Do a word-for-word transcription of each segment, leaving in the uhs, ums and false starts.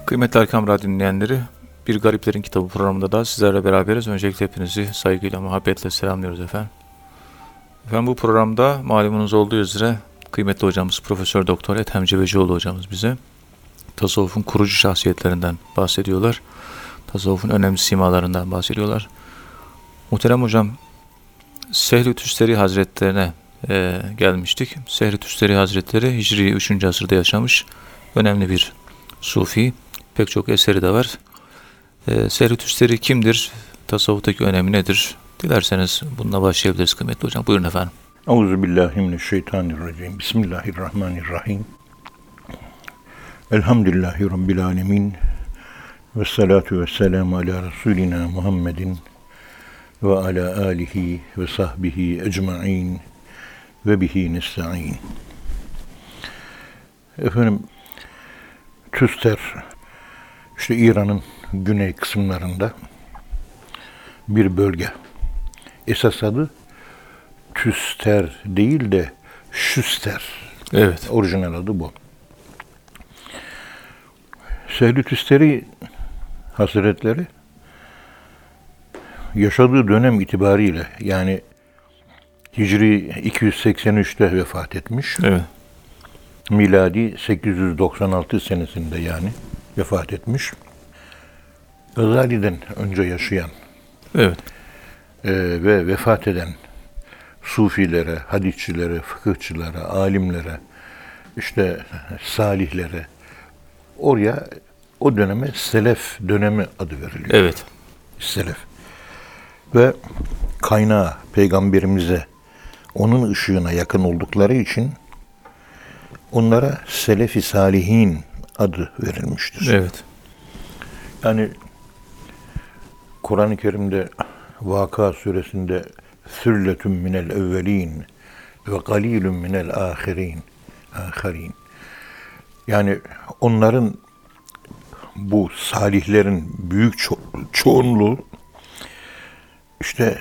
Kıymetli Erkam Radyo dinleyenleri, Bir Gariplerin Kitabı programında da sizlerle beraberiz. Öncelikle hepinizi saygıyla, muhabbetle selamlıyoruz efendim. Efendim bu programda malumunuz olduğu üzere kıymetli hocamız Profesör Doktor Ethem Cebecioğlu hocamız bize tasavvufun kurucu şahsiyetlerinden bahsediyorlar. Tasavvufun önemli simalarından bahsediyorlar. Muhterem hocam, Sehl-i Tüsteri Hazretlerine e, gelmiştik. Sehl-i Tüsteri Hazretleri Hicri üçüncü asırda yaşamış önemli bir sufi. Pek çok eseri de var. E, Sehl-i Tüsteri kimdir? Tasavvuftaki önemi nedir? Dilerseniz bununla başlayabiliriz kıymetli hocam. Buyurun efendim. Euzubillahimineşşeytanirracim. Bismillahirrahmanirrahim. Elhamdülillahi Rabbil alemin. Ve salatu ve selamu ala Resulina Muhammedin ve ala alihi ve sahbihi ecma'in ve bihi nesta'in. Efendim, Tüster, işte İran'ın güney kısımlarında bir bölge. Esas adı Tüster değil de Şüster. Evet. Orijinal adı bu. Sehl-i Tüsteri Hazretleri yaşadığı dönem itibariyle, yani Hicri iki yüz seksen üçte vefat etmiş. Evet. Miladi sekiz yüz doksan altı senesinde yani vefat etmiş. Gazali'den önce yaşayan Evet. e, ve vefat eden sufilere, hadisçilere, fıkıhçılara, alimlere, işte salihlere, oraya o döneme Selef dönemi adı veriliyor. Evet. Selef. Ve kaynağı Peygamberimize, onun ışığına yakın oldukları için onlara Selef-i Salihin adı verilmiştir. Evet. Yani Kur'an-ı Kerim'de Vaka suresinde Sülletun minel evvelin ve galilun minel ahirin ahirin. Yani onların, bu salihlerin büyük ço- çoğunluğu işte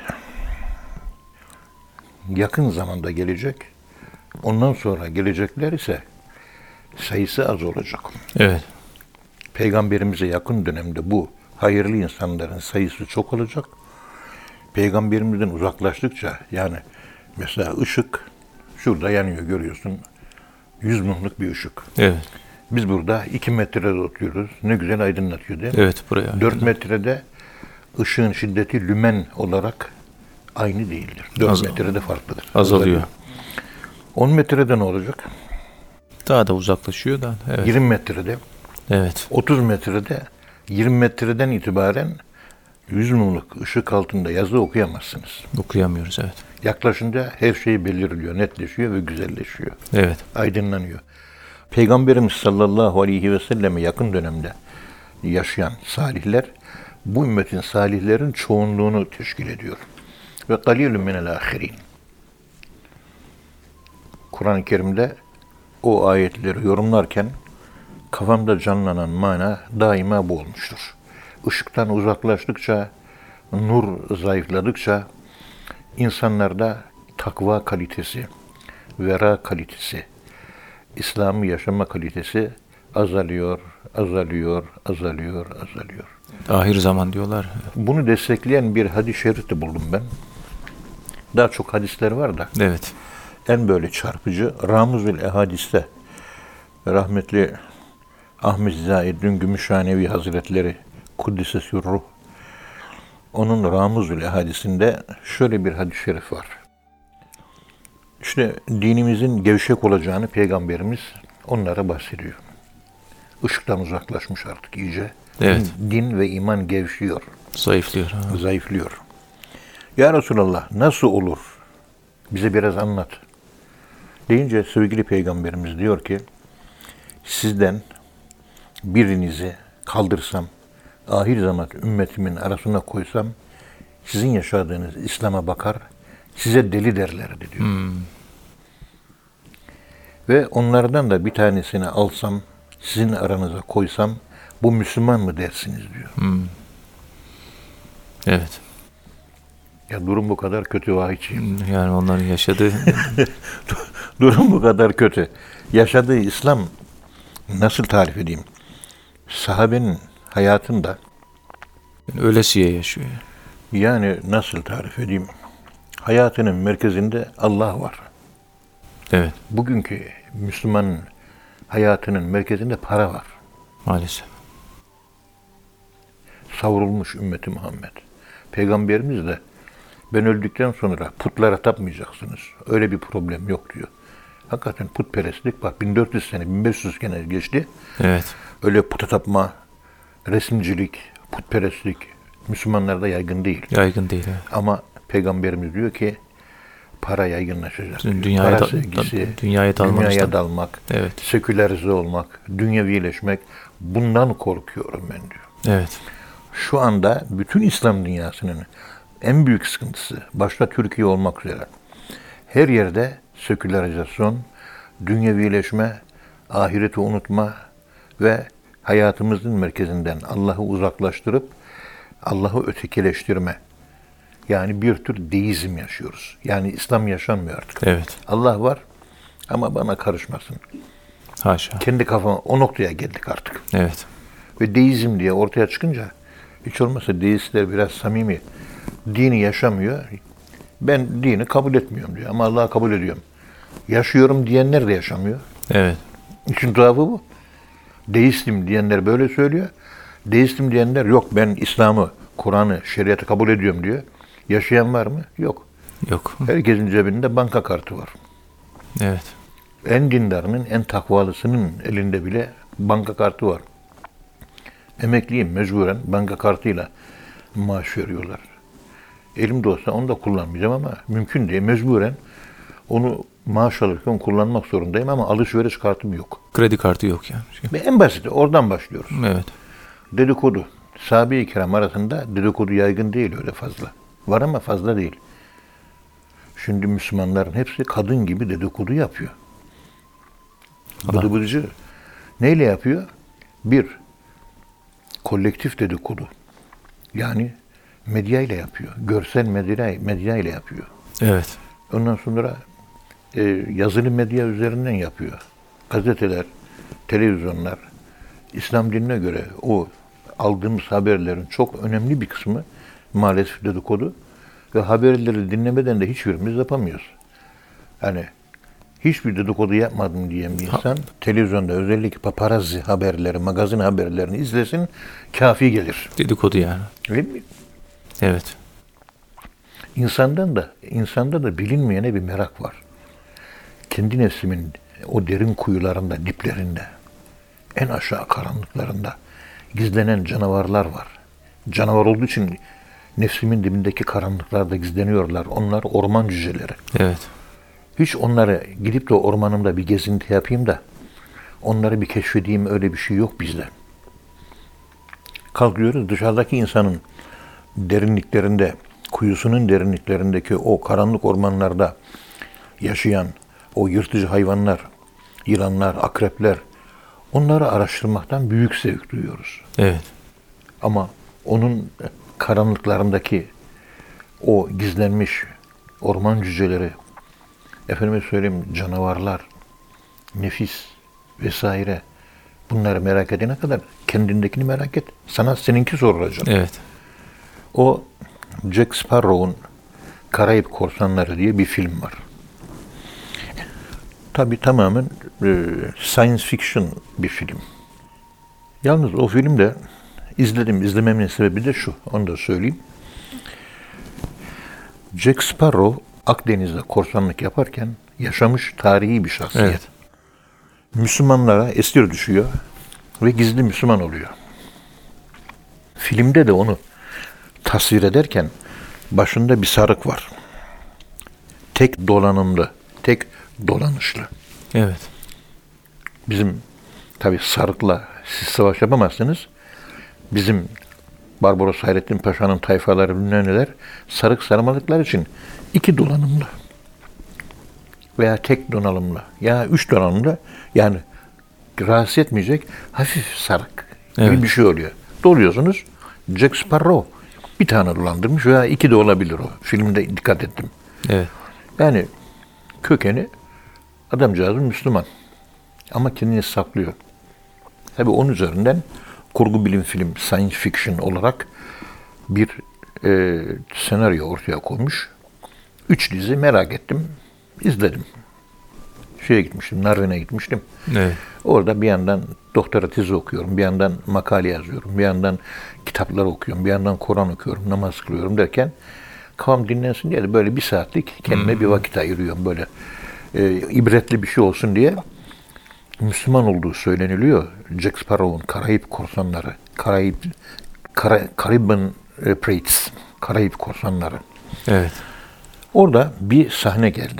yakın zamanda gelecek. Ondan sonra gelecekler ise sayısı az olacak. Evet. Peygamberimize yakın dönemde bu hayırlı insanların sayısı çok olacak. Peygamberimizden uzaklaştıkça, yani mesela ışık şurada yanıyor, görüyorsun. Yüz mumluk bir ışık. Evet. Biz burada iki metrede oturuyoruz. Ne güzel aydınlatıyor değil mi? Evet, buraya. Dört metrede ışığın şiddeti lümen olarak aynı değildir. Dört Az- metrede farklıdır. Azalıyor. On metrede ne olacak? Daha da uzaklaşıyor da. Evet. Yirmi metrede, Evet. otuz metrede, yirmi metreden itibaren yüz mumluk ışık altında yazı okuyamazsınız. Okuyamıyoruz, evet. Yaklaşınca her şey belirliyor, netleşiyor ve güzelleşiyor. Evet. Aydınlanıyor. Peygamberimiz sallallahu aleyhi ve selleme yakın dönemde yaşayan salihler, bu ümmetin salihlerin çoğunluğunu teşkil ediyor. Ve galilun minel ahirin. Kur'an-ı Kerim'de o ayetleri yorumlarken kafamda canlanan mana daima bu olmuştur. Işıktan uzaklaştıkça, nur zayıfladıkça insanlarda takva kalitesi, vera kalitesi, İslam'ı yaşama kalitesi azalıyor, azalıyor, azalıyor, azalıyor. Ahir zaman diyorlar. Bunu destekleyen bir hadis-i şerif de buldum ben. Daha çok hadisler var da Evet. en böyle çarpıcı Ramuzül Ehadis'te rahmetli Ahmet Zahid'in Gümüşhanevi Hazretleri Kuddise Ruh, onun Ramuzül Ehadis'inde şöyle bir hadis-i şerif var. İşte dinimizin gevşek olacağını Peygamberimiz onlara bahsediyor. Işıktan uzaklaşmış artık iyice. Evet. Din, din ve iman gevşiyor, Zayıflıyor. Ha. zayıflıyor. Ya Resulallah, nasıl olur? Bize biraz anlat. Deyince sevgili Peygamberimiz diyor ki, sizden birinizi kaldırsam, ahir zaman ümmetimin arasına koysam, sizin yaşadığınız İslam'a bakar, size deli derlerdi diyor. Hmm. Ve onlardan da bir tanesini alsam, sizin aranıza koysam, bu Müslüman mı dersiniz diyor. Hmm. Evet. Ya durum bu kadar kötü vahiyciğim. Yani onların yaşadığı... Durum bu kadar kötü. Yaşadığı İslam nasıl tarif edeyim? sahabenin hayatında, Yani ölesiye yaşıyor. yani nasıl tarif edeyim, hayatının merkezinde Allah var. Evet, Bugünkü Müslümanın hayatının merkezinde para var. maalesef. Savrulmuş ümmeti Muhammed. Peygamberimiz de ben öldükten sonra putlara tapmayacaksınız. Öyle bir problem yok diyor. Hakikaten putperestlik bak bin dört yüz sene, bin beş yüz sene geçti. Evet, Öyle puta tapma, resimcilik, putperestlik Müslümanlarda yaygın değil. yaygın değil. Evet. Ama Peygamberimiz diyor ki para yaygınlaşacak. Dün- diyor. Dünyaya, para da, sevgisi, da- dünyaya dalmanızdan. dünyaya dalmak, Evet, sekülerize olmak, dünyevileşmek, bundan korkuyorum ben diyor. evet, Şu anda bütün İslam dünyasının en büyük sıkıntısı, başta Türkiye olmak üzere, her yerde sekülerizasyon, dünyevileşme, ahireti unutma ve hayatımızın merkezinden Allah'ı uzaklaştırıp Allah'ı ötekileştirme. Yani bir tür deizm yaşıyoruz. Yani İslam yaşanmıyor artık. evet. Allah var ama bana karışmasın. Haşa. Kendi kafama o noktaya geldik artık. Evet, Ve deizm diye ortaya çıkınca hiç olmazsa deistler biraz samimi. Dini yaşamıyor. Ben dini kabul etmiyorum diyor ama Allah'ı kabul ediyorum. Yaşıyorum diyenler de yaşamıyor. evet, İşin tuhafı bu. Deistim diyenler böyle söylüyor. Deistim diyenler yok ben İslam'ı, Kur'an'ı, şeriatı kabul ediyorum diyor. Yaşayan var mı? Yok. yok. Herkesin cebinde banka kartı var. Evet, En dindarının, en takvalısının elinde bile banka kartı var. Emekliyim mecburen banka kartıyla maaş veriyorlar. Elimde olsa onu da kullanmayacağım ama mümkün değil. Mecburen onu maaş alırken kullanmak zorundayım ama alışveriş kartım yok. kredi kartı yok yani. Ve en basiti oradan başlıyoruz. Evet, Dedikodu. Sahabe-i kiram arasında dedikodu yaygın değil öyle fazla. Var ama fazla değil. Şimdi Müslümanların hepsi kadın gibi dedikodu yapıyor. Allah. Bıdı bıdıcı. Neyle yapıyor? Bir, kolektif dedikodu. Yani medya ile yapıyor. Görsel medya, medya ile yapıyor. evet, Ondan sonra e, yazılı medya üzerinden yapıyor. Gazeteler, televizyonlar, İslam dinine göre o aldığımız haberlerin çok önemli bir kısmı maalesef dedikodu ve haberleri dinlemeden de hiçbirimiz yapamıyoruz. Yani hiçbir dedikodu yapmadım diyen bir insan televizyonda özellikle paparazzi haberleri, magazin haberlerini izlesin kafi gelir. dedikodu yani. Öyle mi? Evet, İnsandan da, insanda da bilinmeyene bir merak var. Kendi nefsimin o derin kuyularında, diplerinde, en aşağı karanlıklarında gizlenen canavarlar var. Canavar olduğu için nefsimin dibindeki karanlıklarda gizleniyorlar. Onlar orman cüceleri. evet, Hiç onları gidip de ormanımda bir gezinti yapayım da onları bir keşfedeyim öyle bir şey yok bizde. Kalkıyoruz dışarıdaki insanın derinliklerinde, kuyusunun derinliklerindeki o karanlık ormanlarda yaşayan o yırtıcı hayvanlar, yılanlar, akrepler, onları araştırmaktan büyük zevk duyuyoruz. evet, Ama onun karanlıklarındaki o gizlenmiş orman cüceleri, efendime söyleyeyim canavarlar, nefis vesaire bunları merak edene kadar kendindekini merak et. Sana seninki sorulacak. evet, O Jack Sparrow'un Karayip Korsanları diye bir film var. Tabii tamamen e, science fiction bir film. Yalnız o filmde izledim, izlememin sebebi de şu, onu da söyleyeyim. Jack Sparrow Akdeniz'de korsanlık yaparken yaşamış tarihi bir şahsiyet. evet, Müslümanlara esir düşüyor ve gizli Müslüman oluyor. Filmde de onu tasvir ederken başında bir sarık var. Tek dolanımlı, tek dolanışlı. evet, Bizim tabi sarıkla siz savaş yapamazsınız. Bizim Barbaros Hayrettin Paşa'nın tayfaları bilmem neler sarık sarmalıklar için iki dolanımlı veya tek donanımlı ya üç donanımlı yani rahatsız etmeyecek hafif sarık gibi Evet. bir şey oluyor. Doluyorsunuz Jack Sparrow bir tane dolandırmış veya iki de olabilir o. Filmde dikkat ettim. evet, Yani kökeni adamcağızın Müslüman. Ama kendini saklıyor. Tabii onun üzerinden kurgu bilim film, science fiction olarak bir e, senaryo ortaya koymuş. Üç dizi merak ettim, izledim. Şeye gitmiştim, Narvin'e gitmiştim. Evet. Orada bir yandan doktora tezi okuyorum, bir yandan makale yazıyorum, bir yandan kitaplar okuyorum, bir yandan Kur'an okuyorum, namaz kılıyorum derken kafam dinlensin diye de böyle bir saatlik kendime hmm. bir vakit ayırıyorum böyle. E, ibretli bir şey olsun diye. Müslüman olduğu söyleniliyor. Jack Sparrow'un Karayip Korsanları, Karayip, Kara, Caribbean Pirates, Karayip Korsanları. Evet. Orada bir sahne geldi.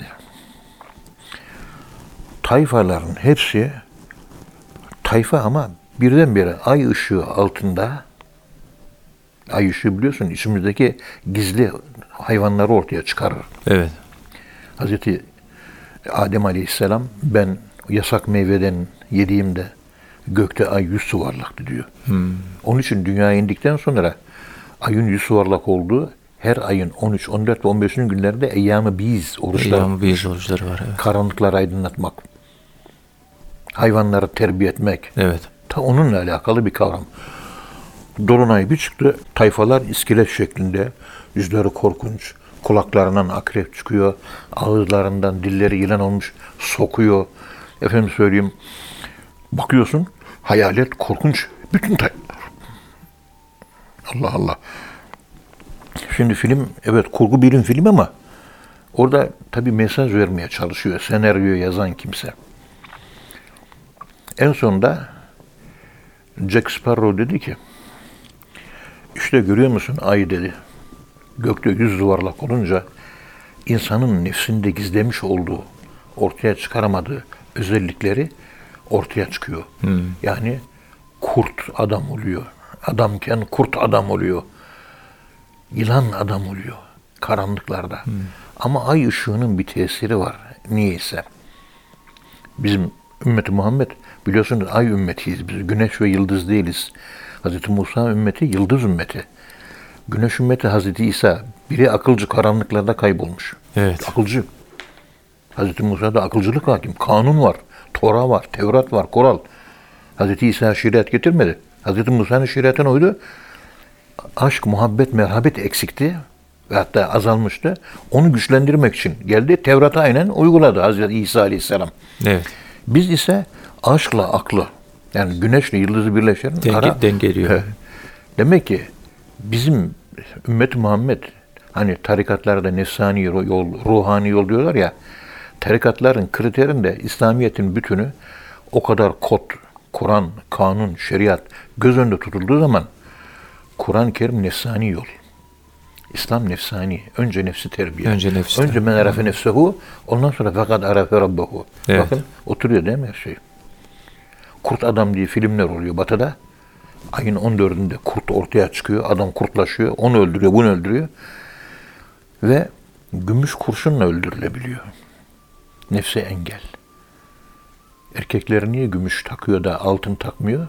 Tayfaların hepsi, tayfa ama birdenbire ay ışığı altında, ay ışığı biliyorsun içimizdeki gizli hayvanları ortaya çıkarır. Evet. Hazreti Adem Aleyhisselam ben yasak meyveden yediğimde gökte ay yüz yuvarlaktı diyor. Hmm. Onun için dünyaya indikten sonra ayın yüz yuvarlak olduğu her ayın on üç, on dört ve on beşinci günlerinde eyyam-ı biz oruçları, eyyam-ı biz oruçları var. Evet. Karanlıkları aydınlatmak, hayvanları terbiye etmek. Evet. Ta onunla alakalı bir kavram. Dolunay bir çıktı. Tayfalar iskelet şeklinde, yüzleri korkunç, kulaklarından akrep çıkıyor, ağızlarından dilleri yılan olmuş, sokuyor. Efendim söyleyeyim, bakıyorsun hayalet korkunç bütün tayfalar. Allah Allah. Şimdi film evet kurgu bilim film ama orada tabii mesaj vermeye çalışıyor senaryoyu yazan kimse. En sonunda Jack Sparrow dedi ki işte görüyor musun ay dedi. Gökte yüz yuvarlak olunca insanın nefsinde gizlemiş olduğu, ortaya çıkaramadığı özellikleri ortaya çıkıyor. Hmm. Yani kurt adam oluyor. Adamken kurt adam oluyor. Yılan adam oluyor karanlıklarda. Hmm. Ama ay ışığının bir tesiri var niyeyse. Bizim ümmeti Muhammed biliyorsunuz ay ümmetiyiz biz. Güneş ve yıldız değiliz. Hazreti Musa ümmeti yıldız ümmeti. Güneş ümmeti Hazreti İsa. Biri akılcı karanlıklarda kaybolmuş. Evet. Akılcı. Hazreti Musa'da akılcılık hakim. Kanun var. Tora var. Tevrat var. Kural. Hazreti İsa şeriat getirmedi. Hazreti Musa'nın şeriatına uydu. Aşk, muhabbet, merhamet eksikti. Ve hatta azalmıştı. Onu güçlendirmek için geldi. Tevrat'ı aynen uyguladı Hazreti İsa Aleyhisselam. Evet. Biz ise aşkla aklı, yani güneşle yıldızı birleştiren Denge, ara, dengeliyor. Demek ki bizim ümmet-i Muhammed hani tarikatlarda nefsani yol, ruhani yol diyorlar ya, tarikatların kriterinde İslamiyet'in bütünü o kadar kod, Kur'an, kanun, şeriat göz önünde tutulduğu zaman Kur'an-ı Kerim nefsani yol. İslam nefsani. Önce nefsi terbiye. Önce nefsi. Önce men arafe nefsehu, ondan sonra fakat arafe rabbehu. Evet. Bakın oturuyor değil mi her şey? Kurt Adam diye filmler oluyor Batı'da. Ayın on dördünde kurt ortaya çıkıyor. Adam kurtlaşıyor. Onu öldürüyor, bunu öldürüyor. Ve gümüş kurşunla öldürülebiliyor. Nefse engel. Erkekler niye gümüş takıyor da altın takmıyor?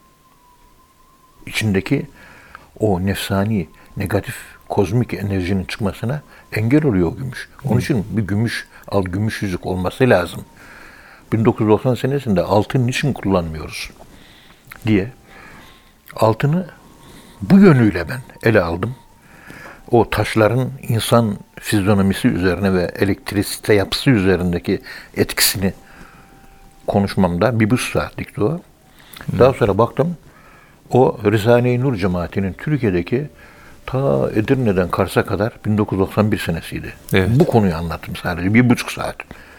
İçindeki o nefsani, negatif, kozmik enerjinin çıkmasına engel oluyor o gümüş. Onun için bir gümüş, al gümüş yüzük olması lazım. bin dokuz yüz doksan senesinde altın niçin kullanmıyoruz diye altını bu yönüyle ben ele aldım. O taşların insan fizyonomisi üzerine ve elektrisite yapısı üzerindeki etkisini konuşmamda bir buçuk saatlikti o. Daha sonra baktım o Risale-i Nur cemaatinin Türkiye'deki ta Edirne'den Kars'a kadar bin dokuz yüz doksan bir senesiydi. Evet. Bu konuyu anlattım sadece bir buçuk saat.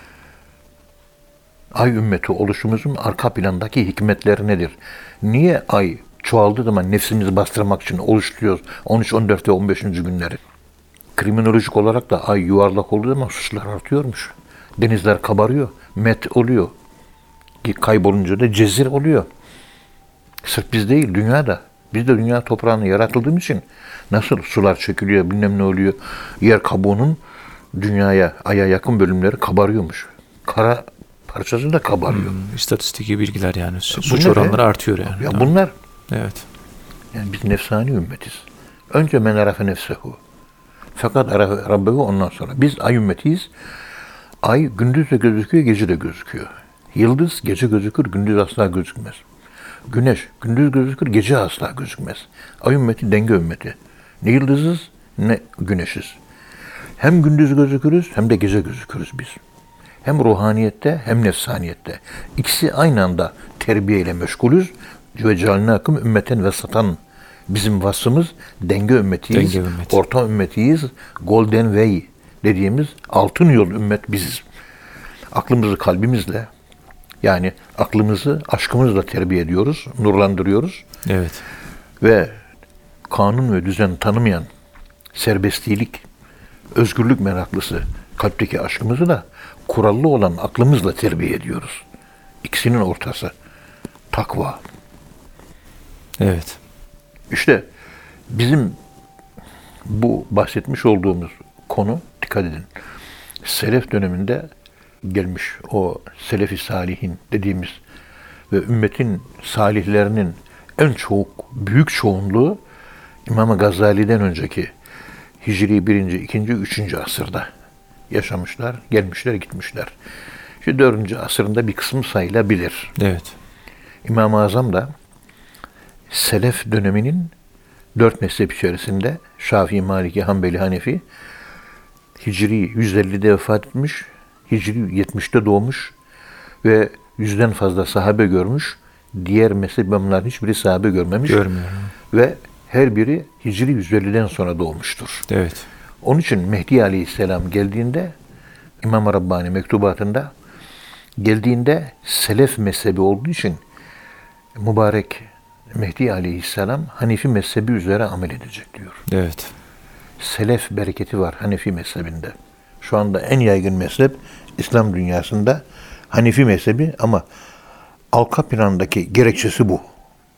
Ay ümmeti oluşumuzun arka plandaki hikmetleri nedir? Niye ay çoğaldığı zaman nefsimizi bastırmak için oluşturuyoruz on üç, on dört ve on beşinci günleri? Kriminolojik olarak da ay yuvarlak olduğu zaman suçlar artıyormuş. Denizler kabarıyor, met oluyor. Kaybolunca da cezir oluyor. Sırf biz değil, dünyada. Biz de dünya toprağını yaratıldığımız için nasıl sular çekiliyor, bilmem ne oluyor. Yer kabuğunun dünyaya, aya yakın bölümleri kabarıyormuş. Kara parçası da kabarıyor. Hmm, istatistiki bilgiler yani. Suç Bunlar oranları he? artıyor yani. Ya Tamam. bunlar, Evet. yani biz nefsani ümmetiz. Önce men arafe nefsehu. Fakat arafe rabbehu ondan sonra. Biz ay ümmetiyiz. Ay gündüz de gözüküyor, gece de gözüküyor. Yıldız gece gözükür, gündüz asla gözükmez. Güneş gündüz gözükür, gece asla gözükmez. Ay ümmeti denge ümmeti. Ne yıldızız ne güneşiz. Hem gündüz gözükürüz hem de gece gözükürüz biz. Hem ruhaniyette hem nefsaniyette. İkisi aynı anda terbiye ile meşgulüz. Ve cealnâküm ümmeten ve satan. Bizim vasfımız denge ümmetiyiz, Denge ümmeti. orta ümmetiyiz, golden way dediğimiz altın yol ümmet biziz. Aklımızı kalbimizle, yani aklımızı aşkımızla terbiye ediyoruz, nurlandırıyoruz. Evet. Ve kanun ve düzen tanımayan serbestlilik, özgürlük meraklısı kalpteki aşkımızı da kurallı olan aklımızla terbiye ediyoruz. İkisinin ortası takva. Evet. İşte bizim bu bahsetmiş olduğumuz konu, dikkat edin, Selef döneminde gelmiş o Selefi Salihin dediğimiz ve ümmetin salihlerinin en çok, büyük çoğunluğu İmam Gazali'den önceki Hicri birinci, ikinci, üçüncü asırda yaşamışlar, gelmişler, gitmişler. Şu dördüncü asırında bir kısmı sayılabilir. Evet. İmam-ı Azam da Selef döneminin dört mezhep içerisinde Şafii, Maliki, Hanbeli, Hanefi Hicri yüz ellide vefat etmiş, Hicri yetmişte doğmuş ve yüzden fazla sahabe görmüş. Diğer mezhep imamların hiçbiri sahabe görmemiş. Görmüyorum. Ve her biri Hicri yüz elliden sonra doğmuştur. Evet. Onun için Mehdi Aleyhisselam geldiğinde İmam-ı Rabbani mektubatında geldiğinde Selef mezhebi olduğu için mübarek Mehdi Aleyhisselam Hanefi mezhebi üzere amel edecek diyor. Evet. Selef bereketi var Hanefi mezhebinde. Şu anda en yaygın mezhep İslam dünyasında Hanefi mezhebi ama arka plandaki gerekçesi bu.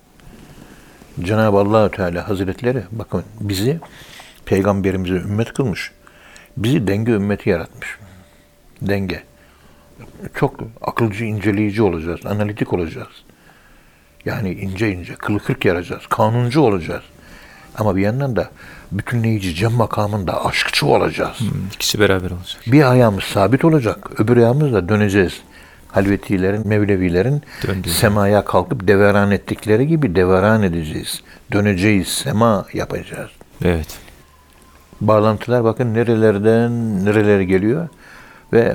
Cenab-ı Allah Teala Hazretleri bakın bizi peygamberimize ümmet kılmış. Bizi denge ümmeti yaratmış. Denge. Çok akılcı, inceleyici olacağız, analitik olacağız. Yani ince ince, kılı kırk yaracağız, kanuncu olacağız. Ama bir yandan da bütünleyici, cem makamında aşkçı olacağız. Hmm, ikisi beraber olacak. Bir ayağımız sabit olacak, öbür ayağımızla döneceğiz. Halvetilerin, Mevlevilerin Döndüğü. semaya kalkıp deveran ettikleri gibi deveran edeceğiz. Döneceğiz, sema yapacağız. Evet. Bağlantılar bakın nerelerden nerelere geliyor ve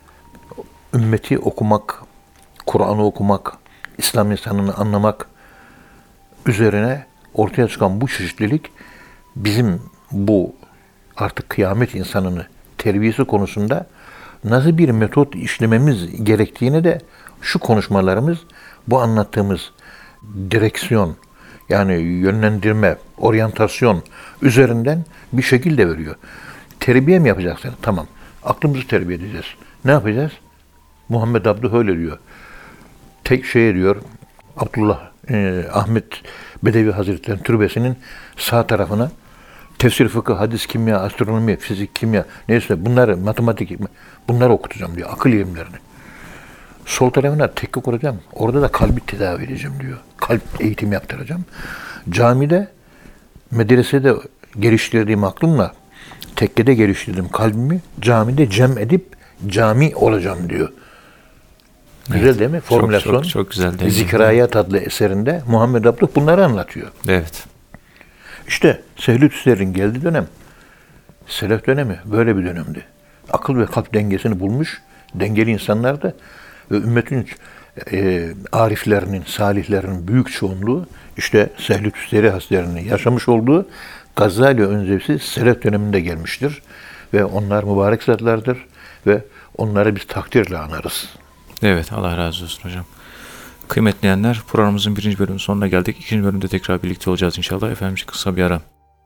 ümmeti okumak, Kur'an'ı okumak, İslam insanını anlamak üzerine ortaya çıkan bu çeşitlilik bizim bu artık kıyamet insanını terbiyesi konusunda nasıl bir metot işlememiz gerektiğini de şu konuşmalarımız, bu anlattığımız direksiyon, yani yönlendirme, oryantasyon üzerinden bir şekilde veriyor. Terbiye mi yapacaksın? Tamam. Aklımızı terbiye edeceğiz. Ne yapacağız? Muhammed Abduh öyle diyor. Tek şey diyor, Abdullah e, Ahmet Bedevi Hazretleri'nin türbesinin sağ tarafına tefsir, fıkıh, hadis, kimya, astronomi, fizik, kimya, neyse bunları, matematik, bunları okutacağım diyor, akıl ilimlerini. Sol tarafına tekke kuracağım, orada da kalbi tedavi edeceğim diyor. Kalp eğitimi yaptıracağım. Camide, medresede geliştirdiğim aklımla, tekkede geliştirdiğim kalbimi camide cem edip cami olacağım diyor. Güzel Evet. değil mi? Formülasyon. Çok, çok, çok güzel değil mi? Zikrayat adlı eserinde Muhammed Abduh bunları anlatıyor. Evet. İşte Sehlü Tüsler'in geldiği dönem, Selef dönemi böyle bir dönemdi. Akıl ve kalp dengesini bulmuş, dengeli insanlardı. Ve ümmetin e, ariflerinin, salihlerinin büyük çoğunluğu işte Sehlü Tüsleri Hazretleri'nin yaşamış olduğu Gazali öncesi Selef döneminde gelmiştir. Ve onlar mübarek zatlardır ve onları biz takdirle anarız. Evet, Allah razı olsun hocam. Kıymetli dinleyenler, programımızın birinci bölümünün sonuna geldik. İkinci bölümde tekrar birlikte olacağız inşallah. Efendim kısa bir ara.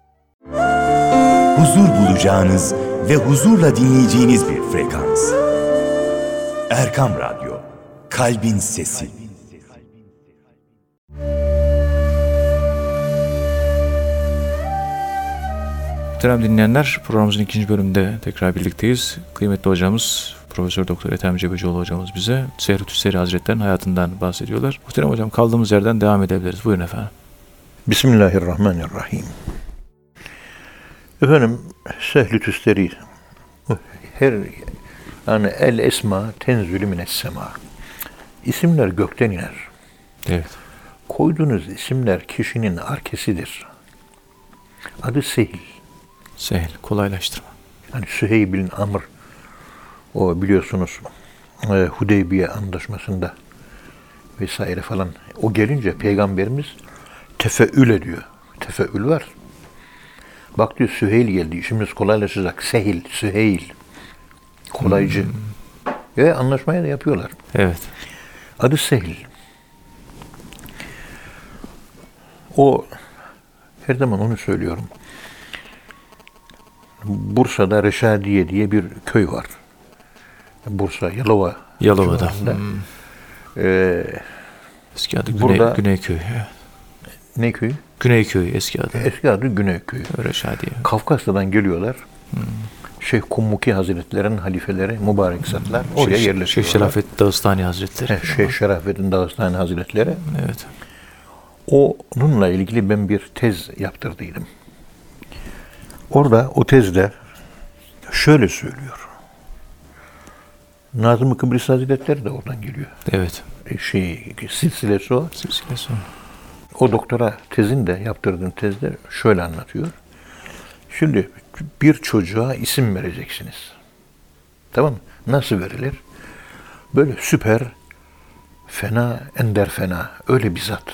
Huzur bulacağınız ve huzurla dinleyeceğiniz bir frekans. Erkam Radyo, Kalbin Sesi. Muhterem dinleyenler, programımızın ikinci bölümünde tekrar birlikteyiz. Kıymetli hocamız Profesör Doktor Ethem Cebecioğlu hocamız bize Sehlü Tüsleri Hazretleri'nin hayatından bahsediyorlar. Muhterem hocam, kaldığımız yerden devam edebiliriz. Buyurun efendim. Bismillahirrahmanirrahim. Efendim Sehlü Tüsleri her yani el esma tenzülü mines sema. İsimler gökten iner. Evet. koyduğunuz isimler kişinin arkesidir. Adı Sehil. Sehil, kolaylaştırma. Hani Süheyb bin Amr, o biliyorsunuz e, Hudeybiye Antlaşması'nda vesaire falan, o gelince Peygamberimiz tefeül ediyor. Tefeül var. Bak diyor, Süheyl geldi, işimiz kolaylaşacak. Sehil, Süheyl. Kolaycı. Hmm. Ve anlaşmayı da yapıyorlar. Evet. Adı Sehil. O, her zaman onu söylüyorum. Bursa'da Reşadiye diye bir köy var. Bursa, Yalova. Yalova'da. civarında. Hmm. Ee, Eski adı Güney, burada- Güneyköy. Evet. ne köyü? Güneyköy eski adı. Eski adı Güneyköy. Öyle Şadiye. Kafkasya'dan geliyorlar. Hmm. Şeyh Kummuki Hazretleri'nin halifeleri, mübarek zatlar oraya Şeyh- yerleşiyorlar. Şeyh Şerafettin Dağıstani Hazretleri. Heh, Şeyh Şerafettin Dağıstani Hazretleri. Evet. Onunla ilgili ben bir tez yaptırdıydım. Orada o tezde şöyle söylüyor. Nazım-ı Kıbrıs Hazretleri de oradan geliyor. Evet. E, Şey, silsilesi o. Silsilesi o. O doktora tezini de yaptırdığım tezde şöyle anlatıyor. Şimdi bir çocuğa isim vereceksiniz. Tamam mı? Nasıl verilir? Böyle süper, fena, ender fena. Öyle bir zat.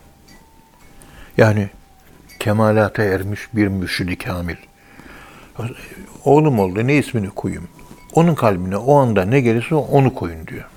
Yani kemalata ermiş bir mürşid-i kamil. Oğlum oldu, ne ismini koyayım? Onun kalbine o anda ne gelirse onu koyun diyor.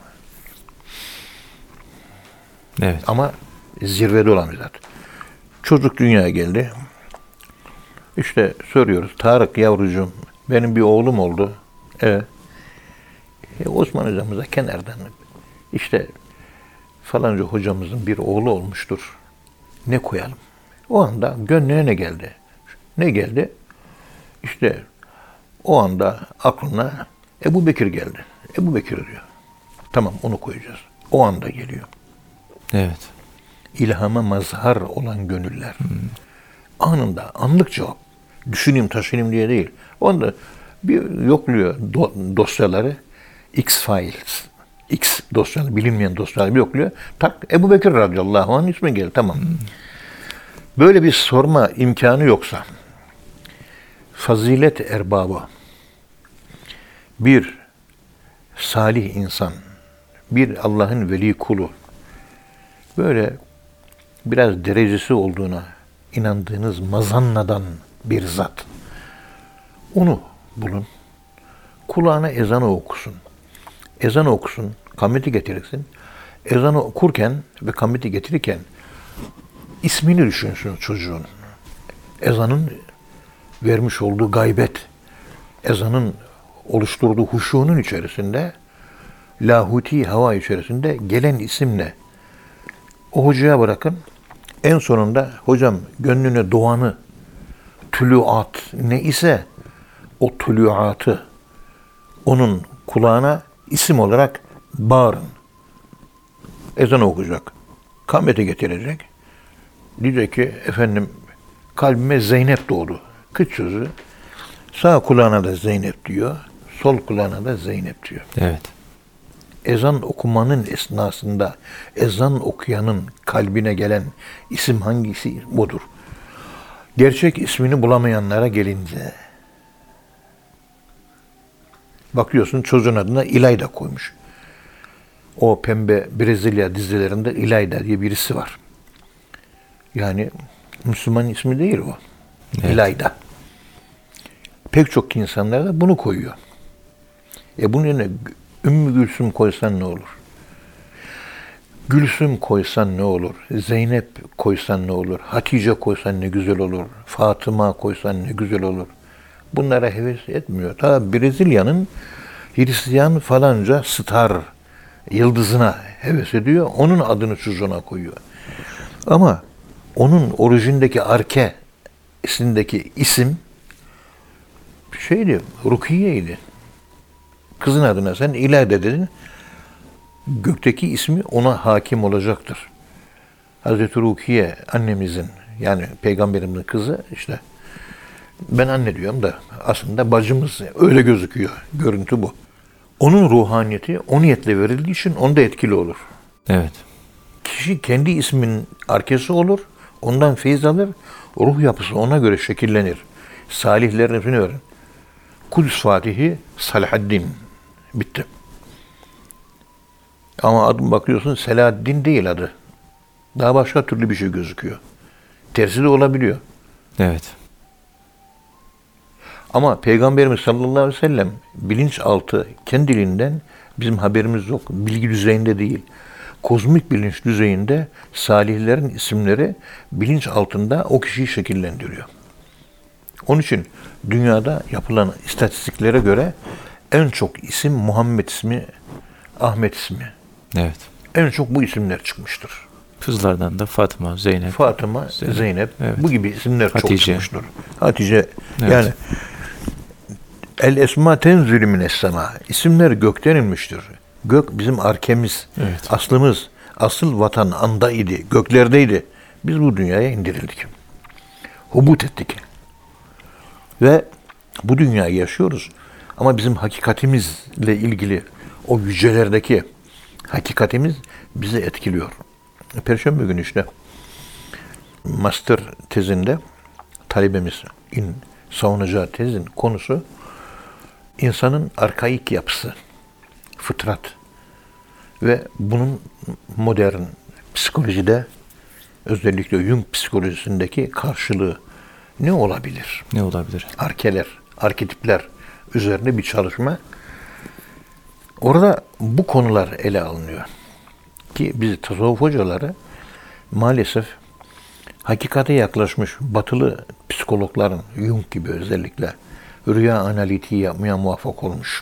Evet. Ama zirvede olan bir zat. Çocuk dünyaya geldi. İşte soruyoruz. Tarık yavrucuğum, benim bir oğlum oldu. Evet. E, Osman hocamıza kenardan işte falanca hocamızın bir oğlu olmuştur. Ne koyalım? O anda gönlüne ne geldi? Ne geldi? İşte o anda aklına Ebu Bekir geldi. Ebu Bekir diyor. Tamam, onu koyacağız. O anda geliyor. Evet. İlhama mazhar olan gönüller. Hmm. Anında, anlık cevap. Düşüneyim, taşınayım diye değil. O anda bir yokluyor do- dosyaları. X-Files. X dosyaları, bilinmeyen dosyaları bir yokluyor. Tak, Ebu Bekir radıyallahu anh ismi geldi. Tamam. Hmm. Böyle bir sorma imkanı yoksa, fazilet erbabı, bir salih insan, bir Allah'ın veli kulu, böyle biraz derecesi olduğuna inandığınız mazannadan bir zat, onu bulun, kulağına ezanı okusun. Ezanı okusun, kameti getirsin. Ezanı okurken ve kameti getirirken ismini düşünsün çocuğun. Ezanın vermiş olduğu gaybet, ezanın oluşturduğu huşunun içerisinde, lahuti hava içerisinde gelen isimle o hocaya bırakın. En sonunda hocam gönlüne doğanı, tülüat ne ise o tülüatı onun kulağına isim olarak bağırın. Ezan okuyacak. Kamete getirecek. Diyecek ki efendim kalbime Zeynep doğdu. Kız sözü. Sağ kulağına da Zeynep diyor. Sol kulağına da Zeynep diyor. Evet. Ezan okumanın esnasında ezan okuyanın kalbine gelen isim hangisi? Budur. Gerçek ismini bulamayanlara gelince bakıyorsun çocuğun adına İlayda koymuş. O pembe Brezilya dizilerinde İlayda diye birisi var. Yani Müslüman ismi değil o. Evet. İlayda. Pek çok insanlar da bunu koyuyor. E bunun yerine Ümmü Gülsüm koysan ne olur? Gülsüm koysan ne olur? Zeynep koysan ne olur? Hatice koysan ne güzel olur? Fatıma koysan ne güzel olur? Bunlara heves etmiyor. Ta Brezilya'nın Hristiyan falanca star yıldızına heves ediyor. Onun adını çocuğuna koyuyor. Ama onun orijindeki arke ismindeki isim şeydi, Rukiye'ydi. Kızın adına sen İlayda dedin. Gökteki ismi ona hakim olacaktır. Hazreti Rukiye annemizin, yani peygamberimizin kızı, işte ben anne diyorum da aslında bacımız, öyle gözüküyor. Görüntü bu. Onun ruhaniyeti o niyetle verildiği için onda etkili olur. Evet. kişi kendi isminin arkası olur, ondan feyiz alır, ruh yapısı ona göre şekillenir. Salihlerin ismini öğren. Kudüs Fatihi Salahaddin. Bitti. Ama adım bakıyorsun Selahaddin değil adı. Daha başka türlü bir şey gözüküyor. Tersi de olabiliyor. Evet. Ama Peygamberimiz sallallahu aleyhi ve sellem bilinçaltı kendiliğinden bizim haberimiz yok. Bilgi düzeyinde değil. Kozmik bilinç düzeyinde salihlerin isimleri bilinç altında o kişiyi şekillendiriyor. Onun için dünyada yapılan istatistiklere göre en çok isim Muhammed ismi, Ahmet ismi. Evet. En çok bu isimler çıkmıştır. Kızlardan da Fatma, Zeynep. Fatıma, Zeynep, Zeynep evet. bu gibi isimler Hatice. çok çıkmıştır. Hatice, Evet. yani El esma tenzülü mines sema. İsimler gökten inmiştir. Gök bizim arkemiz, Evet. aslımız, asıl vatan anda idi, göklerdeydi. Biz bu dünyaya indirildik. Hubut ettik. Ve bu dünyayı yaşıyoruz. Ama bizim hakikatimizle ilgili o yücelerdeki hakikatimiz bizi etkiliyor. Perşembe günü işte master tezinde talebemiz in savunacağı tezin konusu insanın arkaik yapısı, fıtrat ve bunun modern psikolojide özellikle Jung psikolojisindeki karşılığı ne olabilir? Ne olabilir? Arkeler, arketipler üzerine bir çalışma. Orada bu konular ele alınıyor. Ki biz tasavvuf hocaları maalesef hakikate yaklaşmış batılı psikologların, Jung gibi özellikle rüya analitiği yapmaya muvaffak olmuş.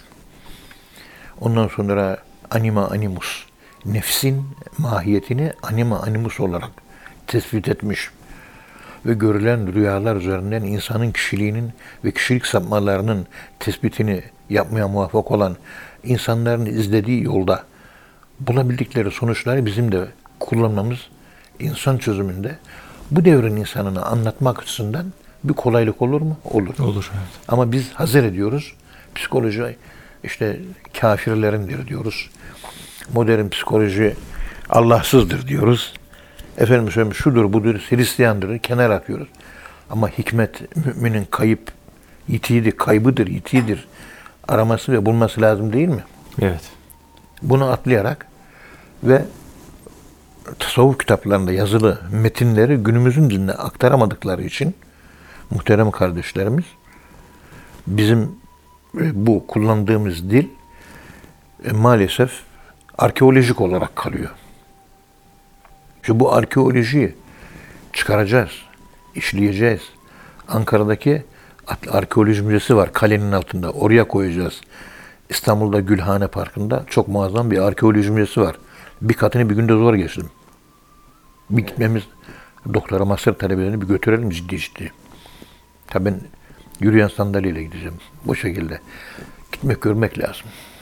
Ondan sonra anima animus, nefsin mahiyetini anima animus olarak tespit etmiş ve görülen rüyalar üzerinden insanın kişiliğinin ve kişilik sapmalarının tespitini yapmaya muvaffak olan insanların izlediği yolda bulabildikleri sonuçları bizim de kullanmamız insan çözümünde bu devrin insanını anlatmak açısından bir kolaylık olur mu? Olur. Olur. Evet. Ama biz hazır ediyoruz. Psikoloji işte kafirlerindir diyoruz. Modern psikoloji Allahsızdır diyoruz. Efendim söyleyeyim şudur budur Hristiyandır kenar atıyoruz. Ama hikmet müminin kayıp yitiğidir, kaybıdır, yitiğidir. Araması ve bulması lazım değil mi? Evet. Bunu atlayarak ve tasavvuf kitaplarında yazılı metinleri günümüzün diline aktaramadıkları için muhterem kardeşlerimiz bizim bu kullandığımız dil e, maalesef arkeolojik olarak kalıyor. İşte bu arkeolojiyi çıkaracağız, işleyeceğiz. Ankara'daki arkeoloji müzesi var kalenin altında. Oraya koyacağız. İstanbul'da Gülhane Parkı'nda çok muazzam bir arkeoloji müzesi var. Bir katını bir günde zor geçtim. Bir gitmemiz, doktora master talebelerini bir götürelim ciddi ciddi. Tabii ben yürüyen sandalyeyle gideceğim. Bu şekilde. Gitmek, görmek lazım.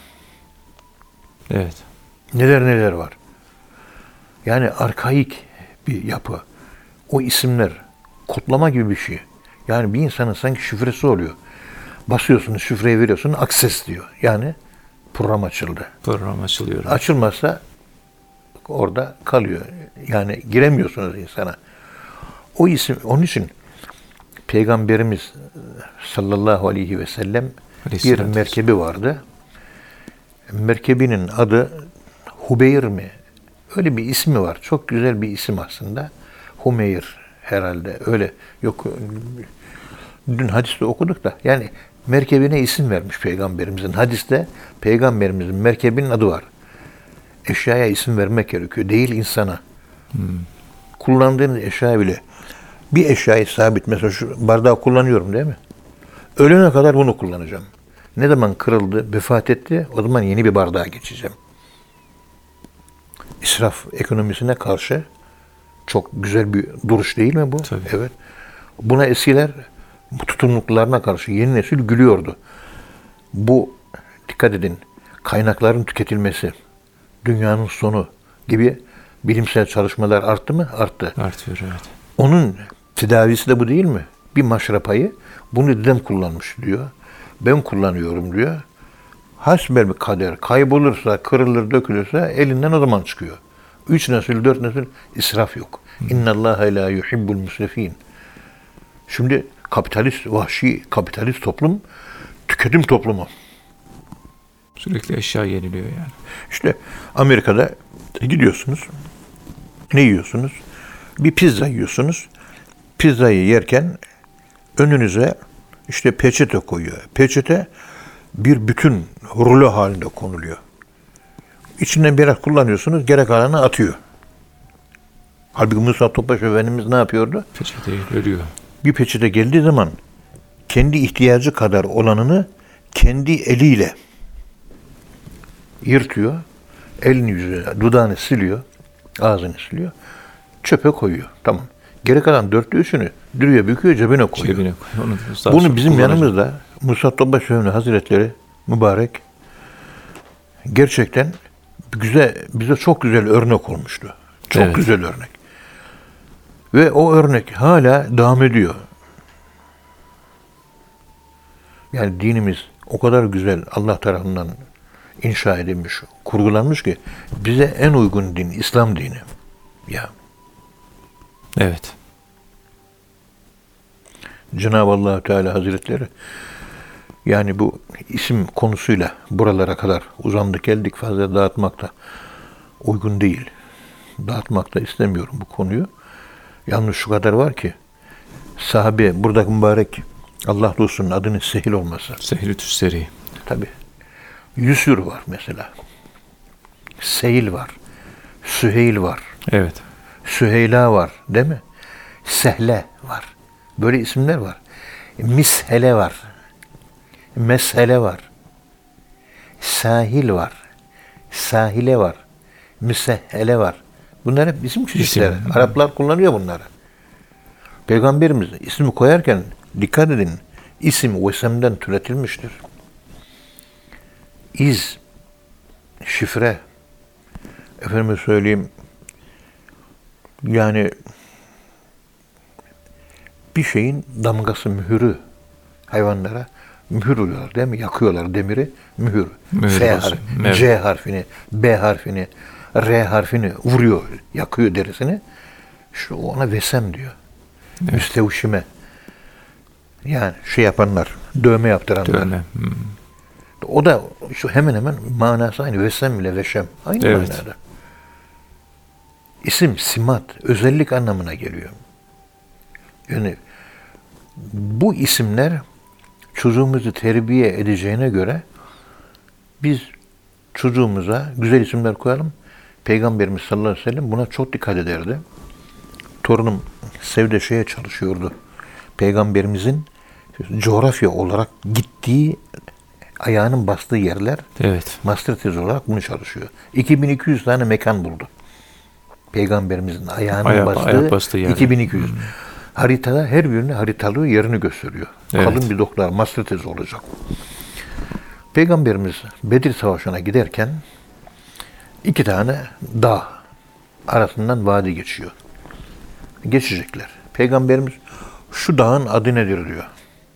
Evet. Neler neler var. Yani arkaik bir yapı. O isimler kodlama gibi bir şey. Yani bir insanın sanki şifresi oluyor. Basıyorsunuz, şifreyi veriyorsun, access diyor. Yani program açıldı. Program açılıyor. Açılmazsa orada kalıyor. Yani giremiyorsunuz insana. O isim, onun için Peygamberimiz sallallahu aleyhi ve sellem bir merkebi vardı. Merkebinin adı Hubeyr mi? Öyle bir ismi var. Çok güzel bir isim aslında. Humeyr herhalde. Öyle yok. Dün hadiste okuduk da. Yani merkebine isim vermiş Peygamberimizin. Hadiste Peygamberimizin merkebinin adı var. Eşyaya isim vermek gerekiyor. Değil insana. Hmm. Kullandığınız eşya bile. Bir eşyayı sabit. Mesela şu bardağı kullanıyorum değil mi? Ölene kadar bunu kullanacağım. Ne zaman kırıldı, vefat etti, o zaman yeni bir bardağa geçeceğim. İsraf ekonomisine karşı çok güzel bir duruş değil mi bu? Tabii. Evet. Buna eskiler bu tutumluluklarına karşı yeni nesil gülüyordu. Bu, dikkat edin, kaynakların tüketilmesi, dünyanın sonu gibi bilimsel çalışmalar arttı mı? Arttı. Artıyor, evet. Onun tedavisi de bu değil mi? Bir maşrapayı bunu dedem kullanmış diyor. Ben kullanıyorum diyor. Hasbel bir kader. Kaybolursa, kırılır, dökülürse elinden o zaman çıkıyor. Üç nesil, dört nesil israf yok. İnna Allahe la yuhibbul musrifin. Şimdi kapitalist, vahşi kapitalist toplum tüketim toplumu. Sürekli eşya yeniliyor yani. İşte Amerika'da gidiyorsunuz. Ne yiyorsunuz? Bir pizza yiyorsunuz. Pizzayı yerken önünüze işte peçete koyuyor. Peçete bir bütün rulo halinde konuluyor. İçinden biraz kullanıyorsunuz, gerek kalanı atıyor. Halbuki Musa Topbaş Efendimiz ne yapıyordu? Peçeteyi örüyor. Bir peçete geldiği zaman kendi ihtiyacı kadar olanını kendi eliyle yırtıyor. Elini yüzüne, dudağını siliyor. Ağzını siliyor. Çöpe koyuyor. Tamam. Geri kalan dörtte üçünü dürüye büküyor, cebine koyuyor. Cebine koyuyor. Onu daha Bunu sonra bizim kullanacak. yanımızda Musa Topbaş Efendi Hazretleri mübarek gerçekten güzel, bize çok güzel örnek olmuştu. Çok Evet. güzel örnek. Ve o örnek hala devam ediyor. Yani dinimiz o kadar güzel Allah tarafından inşa edilmiş, kurgulanmış ki bize en uygun din İslam dini. Ya Evet. Cenab-ı Allah Teala Hazretleri yani bu isim konusuyla buralara kadar uzandık geldik, fazla dağıtmakta uygun değil. Dağıtmakta istemiyorum bu konuyu. Yalnız şu kadar var ki sahabe buradaki mübarek Allah dostunun adının Sehil olmasa. Sehri Tüsseri. Tabii. Yusur var mesela. Seyil var. Süheyl var. Evet. Süheyla var, değil mi? Sehle var. Böyle isimler var. Mishele var. Meshele var. Sahil var. Sahile var. Müsehele var. Bunlar hep isim çeşitleri. İsim. Araplar kullanıyor bunları. Peygamberimiz ismi koyarken dikkat edin. İsim vesemden türetilmiştir. İz, şifre, efendime söyleyeyim, yani bir şeyin damgası, mühürü hayvanlara mühür oluyorlar değil mi? Yakıyorlar demiri, mühür. Mühür F basıyor. harfi, Evet. C harfini, B harfini, R harfini vuruyor, yakıyor derisini. Şu ona vesem diyor. Evet. Müstevşime. Yani şey yapanlar, dövme yaptıranlar. Dövme. Hmm. O da şu hemen hemen manası aynı. Vesem ile veşem. Aynı Evet. manada. İsim, simat, özellik anlamına geliyor. Yani bu isimler çocuğumuzu terbiye edeceğine göre biz çocuğumuza güzel isimler koyalım. Peygamberimiz sallallahu aleyhi ve sellem buna çok dikkat ederdi. Torunum Sevde şeye çalışıyordu. Peygamberimizin coğrafya olarak gittiği, ayağının bastığı yerler Evet. master tezi olarak bunu çalışıyor. iki bin iki yüz tane mekan buldu. Peygamberimizin ayağının Ayak- bastığı, ayak bastığı yer. iki bin iki yüz. Haritada her birini haritalıyor, yerini gösteriyor. Evet. Kalın bir doktor, master tezi olacak. Peygamberimiz Bedir Savaşı'na giderken iki tane dağ arasından vadi geçiyor. Geçecekler. Peygamberimiz şu dağın adı nedir diyor.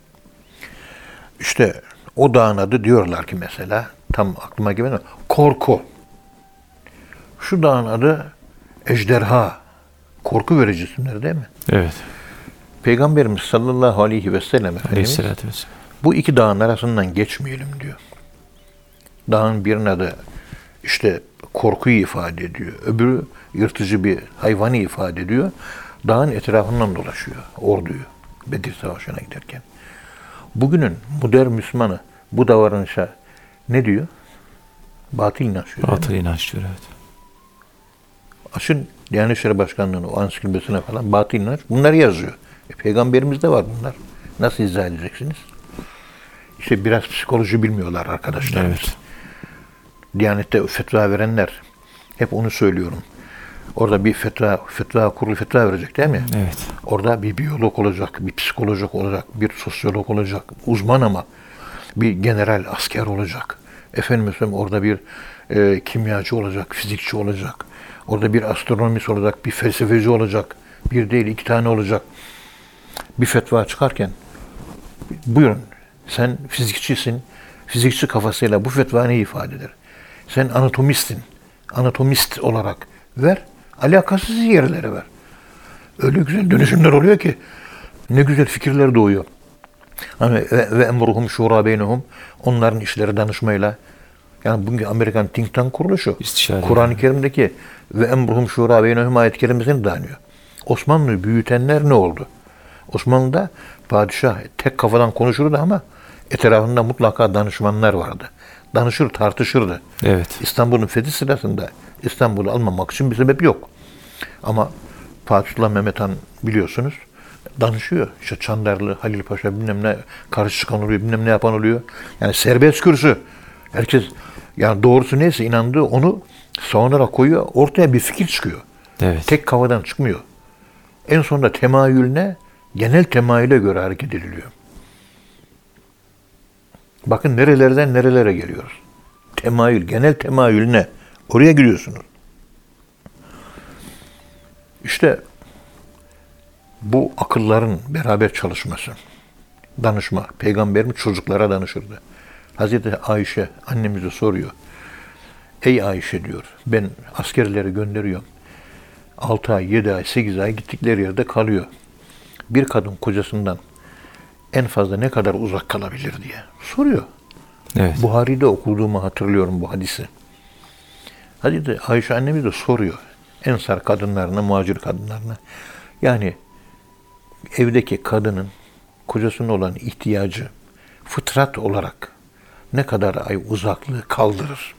İşte o dağın adı diyorlar ki mesela, tam aklıma gelmedi, korku. Şu dağın adı ejderha. Korku verici isimler değil mi? Evet. Peygamberimiz sallallahu aleyhi ve sellem Efendimiz Aleyhisselatü vesselam. bu iki dağın arasından geçmeyelim diyor. Dağın birinin adı işte korkuyu ifade ediyor. Öbürü yırtıcı bir hayvanı ifade ediyor. Dağın etrafından dolaşıyor orduyu Bedir Savaşı'na giderken. Bugünün modern Müslümanı bu davranışa ne diyor? Batıl inanç diyor. değil mi? Batıl inanç diyor, evet. Açın Diyanet İşleri Başkanlığı'nın o ansiklopedisine falan batıl inanç bunları yazıyor. E, Peygamberimizde var bunlar. Nasıl izah edeceksiniz? İşte biraz psikoloji bilmiyorlar arkadaşlarımız. Evet. Diyanet'te fetva verenler hep onu söylüyorum. Orada bir fetva, fetva kurulu fetva verecek değil mi? Evet. Orada bir biyolog olacak, bir psikolog olacak, bir sosyolog olacak, uzman ama bir general, asker olacak. Efendim mesela orada bir e, kimyacı olacak, fizikçi olacak. Orada bir astronomist olacak, bir felsefeci olacak. Bir değil, iki tane olacak. Bir fetva çıkarken buyurun sen fizikçisin. Fizikçi kafasıyla bu fetva ne ifade eder? Sen anatomistin. Anatomist olarak Ver. Alakasız yerlere ver. Öyle güzel dönüşümler oluyor ki ne güzel fikirler doğuyor. Hani ve, ve emruhum şura beynehum, onların işleri danışmayla. Yani bugün Amerikan think tank kuruluşu İstişare. Kur'an-ı Kerim'deki ve emruhum şura beynehum ayet-i kerimesini dayanıyor. Osmanlı'yı büyütenler ne oldu? Osmanlı'da padişah tek kafadan konuşurdu ama etrafında mutlaka danışmanlar vardı. Danışır, tartışırdı. Evet. İstanbul'un fethi sırasında İstanbul'u almamak için bir sebep yok. Ama Fatih Sultan Mehmet Han biliyorsunuz danışıyor. İşte Çandarlı, Halil Paşa bilmem ne karşı çıkan oluyor, bilmem ne yapan oluyor. Yani serbest kürsü. Herkes yani doğrusu neyse inandığı onu savunarak koyuyor. Ortaya bir fikir çıkıyor. Evet. Tek kafadan çıkmıyor. En sonunda temayül ne? Genel temayüle göre hareket ediliyor. Bakın nerelerden nerelere geliyoruz. Temayül, genel temayül ne? Oraya giriyorsunuz. İşte bu akılların beraber çalışması, danışma. Peygamberimiz çocuklara danışırdı. Hazreti Ayşe annemize soruyor. Ey Ayşe diyor, ben askerleri gönderiyorum. altı ay, yedi ay, sekiz ay gittikleri yerde kalıyor. Bir kadın kocasından en fazla ne kadar uzak kalabilir diye soruyor. Evet. Buhari'de okuduğumu hatırlıyorum bu hadisi. Hazreti Ayşe annemiz de soruyor. Ensar kadınlarına, muhacir kadınlarına. Yani evdeki kadının kocasına olan ihtiyacı fıtrat olarak ne kadar ay uzaklığı kaldırır?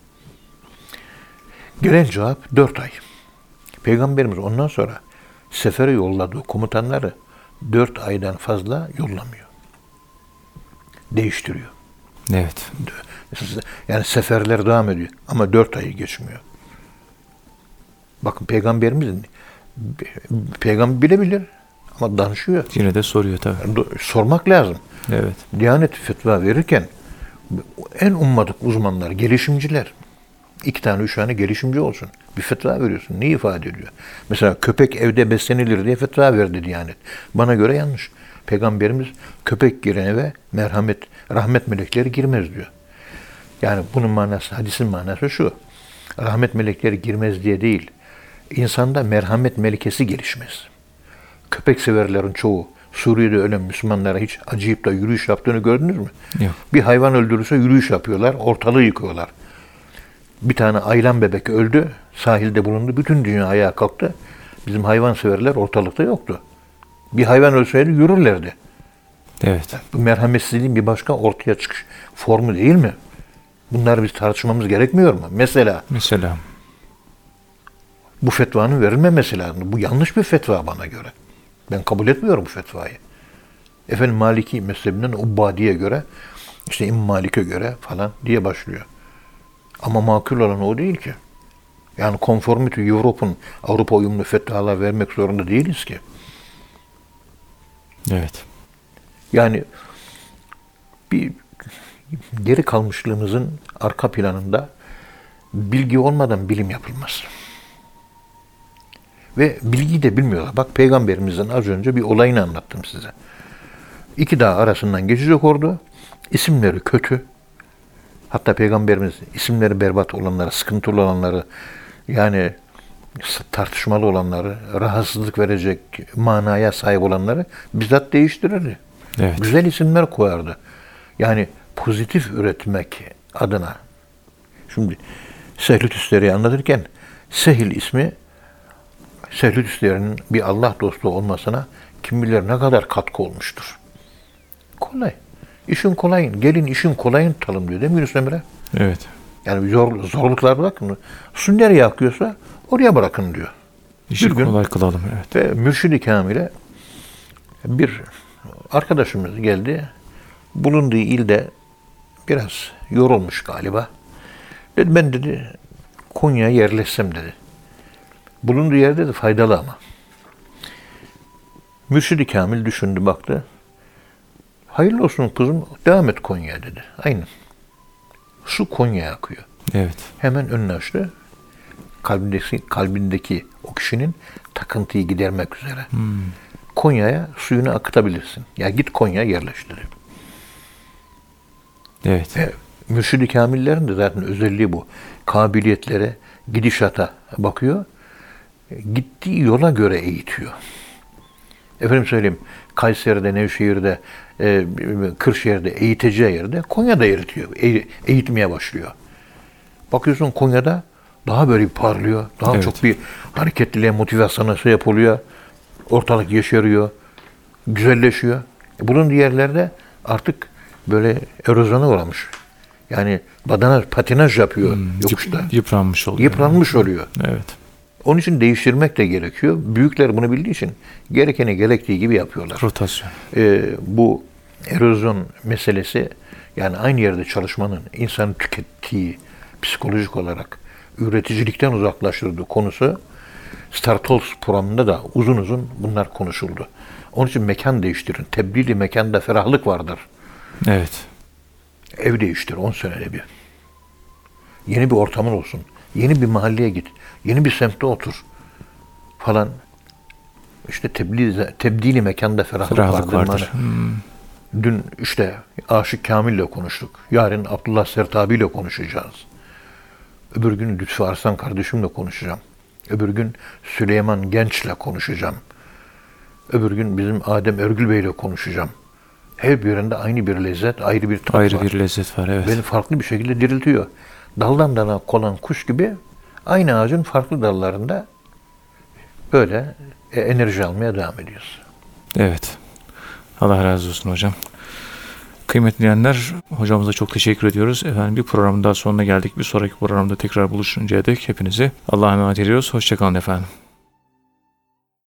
Gelen cevap dört ay. Peygamberimiz ondan sonra sefere yolladığı komutanları dört aydan fazla yollamıyor. Değiştiriyor. Evet. Yani seferler devam ediyor ama dört ayı geçmiyor. Bakın Peygamberimizin Peygamber bilebilir ama danışıyor. Yine de soruyor tabii. Yani sormak lazım. Evet. Diyanet fetva verirken en ummadık uzmanlar, gelişimciler. İki tane, üç tane gelişimci olsun. Bir fetva veriyorsun. Ne ifade ediyor? Mesela köpek evde beslenilir diye fetva verdi Diyanet. Bana göre yanlış. Peygamberimiz köpek giren eve merhamet, rahmet melekleri girmez diyor. Yani bunun manası, hadisin manası şu. Rahmet melekleri girmez diye değil. İnsanda merhamet melekesi gelişmez. Köpek severlerin çoğu Suriye'de ölen Müslümanlara hiç acıyıp da yürüyüş yaptığını gördünüz mü? Yok. Bir hayvan öldürürse yürüyüş yapıyorlar, ortalığı yıkıyorlar. Bir tane aylan bebek öldü, sahilde bulundu, bütün dünya ayağa kalktı. Bizim hayvanseverler ortalıkta yoktu. Bir hayvan ölseydi yürürlerdi. Evet. Bu merhametsizliğin bir başka ortaya çıkış formu değil mi? Bunları biz tartışmamız gerekmiyor mu? Mesela Mesela. bu fetvanın verilmemesi lazım. Bu yanlış bir fetva bana göre. Ben kabul etmiyorum bu fetvayı. Efendim Maliki mezhebinden Ubbadi'ye göre, işte İmam Malik'e göre falan diye başlıyor. Ama makul olan o değil ki. Yani konformite Avrupa'nın Avrupa uyumlu fetvalar vermek zorunda değiliz ki. Evet. Yani bir geri kalmışlığımızın arka planında bilgi olmadan bilim yapılmaz. Ve bilgiyi de bilmiyorlar. Bak Peygamberimizden az önce bir olayını anlattım size. İki dağ arasından geçecek ordu. İsimleri kötü. Hatta Peygamberimiz isimleri berbat olanları, sıkıntılı olanları, yani tartışmalı olanları, rahatsızlık verecek manaya sahip olanları bizzat değiştirirdi. Evet. Güzel isimler koyardı. Yani pozitif üretmek adına. Şimdi Sehl-i Tüsteri'yi anlatırken Sehil ismi Sehl-i Tüsteri'nin bir Allah dostu olmasına kim bilir ne kadar katkı olmuştur. Kolay. İşin kolayın, gelin işin kolayın tutalım diyor değil mi Yunus Emre? Evet. Yani zor, zorluklar bırakın. Su nereye akıyorsa oraya bırakın diyor. İşi Bir gün- kolay kılalım. Evet. Ve Mürşid-i Kamil'e bir arkadaşımız geldi. Bulunduğu ilde biraz yorulmuş galiba. Dedi ben dedi Konya'ya yerleşsem dedi. Bulunduğu yerde de faydalı ama. Mürşid-i Kamil düşündü baktı. Hayırlı olsun kızım devam et Konya'ya dedi. Aynen. Su Konya'ya akıyor. Evet. Hemen önünü açtı. Kalbindeki, kalbindeki o kişinin takıntıyı gidermek üzere. Konya'ya suyunu akıtabilirsin. Ya git Konya'ya yerleş dedi. Evet. Ve Mürşid-i Kamillerin de zaten özelliği bu. Kabiliyetlere gidişata bakıyor. Gittiği yola göre eğitiyor. Efendim söyleyeyim, Kayseri'de, Nevşehir'de, e, Kırşehir'de eğiteceği yerde Konya'da eğitiyor. E, eğitmeye başlıyor. Bakıyorsun Konya'da daha böyle bir parlıyor. Daha Evet. çok bir hareketliliğe, motivasyona şey yapılıyor. Ortalık yeşeriyor. Güzelleşiyor. E, bunun diğerlerde artık böyle erozyona uğramış. Yani badana patinaj yapıyor yokuşta. Yıp- yıpranmış oluyor. Yıpranmış oluyor. Evet. Onun için değiştirmek de gerekiyor. Büyükler bunu bildiği için gerekeni gerektiği gibi yapıyorlar. Rotasyon. Ee, bu erozyon meselesi, yani aynı yerde çalışmanın insanı tükettiği, psikolojik olarak üreticilikten uzaklaştırdığı konusu Star Talks programında da uzun uzun bunlar konuşuldu. Onun için mekan değiştirin. Tebdili mekanda ferahlık vardır. Evet. Ev değiştir on senede bir. Yeni bir ortamın olsun. Yeni bir mahalleye git. Yeni bir semtte otur. Falan. İşte tebdili, tebdili mekanda ferahlık, Ferahlık vardır. vardır. Hani Hmm. dün işte Aşık Kamil'le konuştuk. Yarın Abdullah Sertabi ile konuşacağız. Öbür gün Lütfü Arslan kardeşimle konuşacağım. Öbür gün Süleyman Genç'le konuşacağım. Öbür gün bizim Adem Örgül Bey'le konuşacağım. Her birinde aynı bir lezzet, ayrı bir tat Ayrı var. bir lezzet var. Evet. Beni farklı bir şekilde diriltiyor. Daldan dala konan kuş gibi aynı ağacın farklı dallarında böyle e, enerji almaya devam ediyoruz. Evet. Allah razı olsun hocam. Kıymetli dinleyenler, hocamıza çok teşekkür ediyoruz. Efendim bir programın daha sonuna geldik. Bir sonraki programda tekrar buluşuncaya dek hepinizi Allah'a emanet ediyoruz. Hoşçakalın efendim.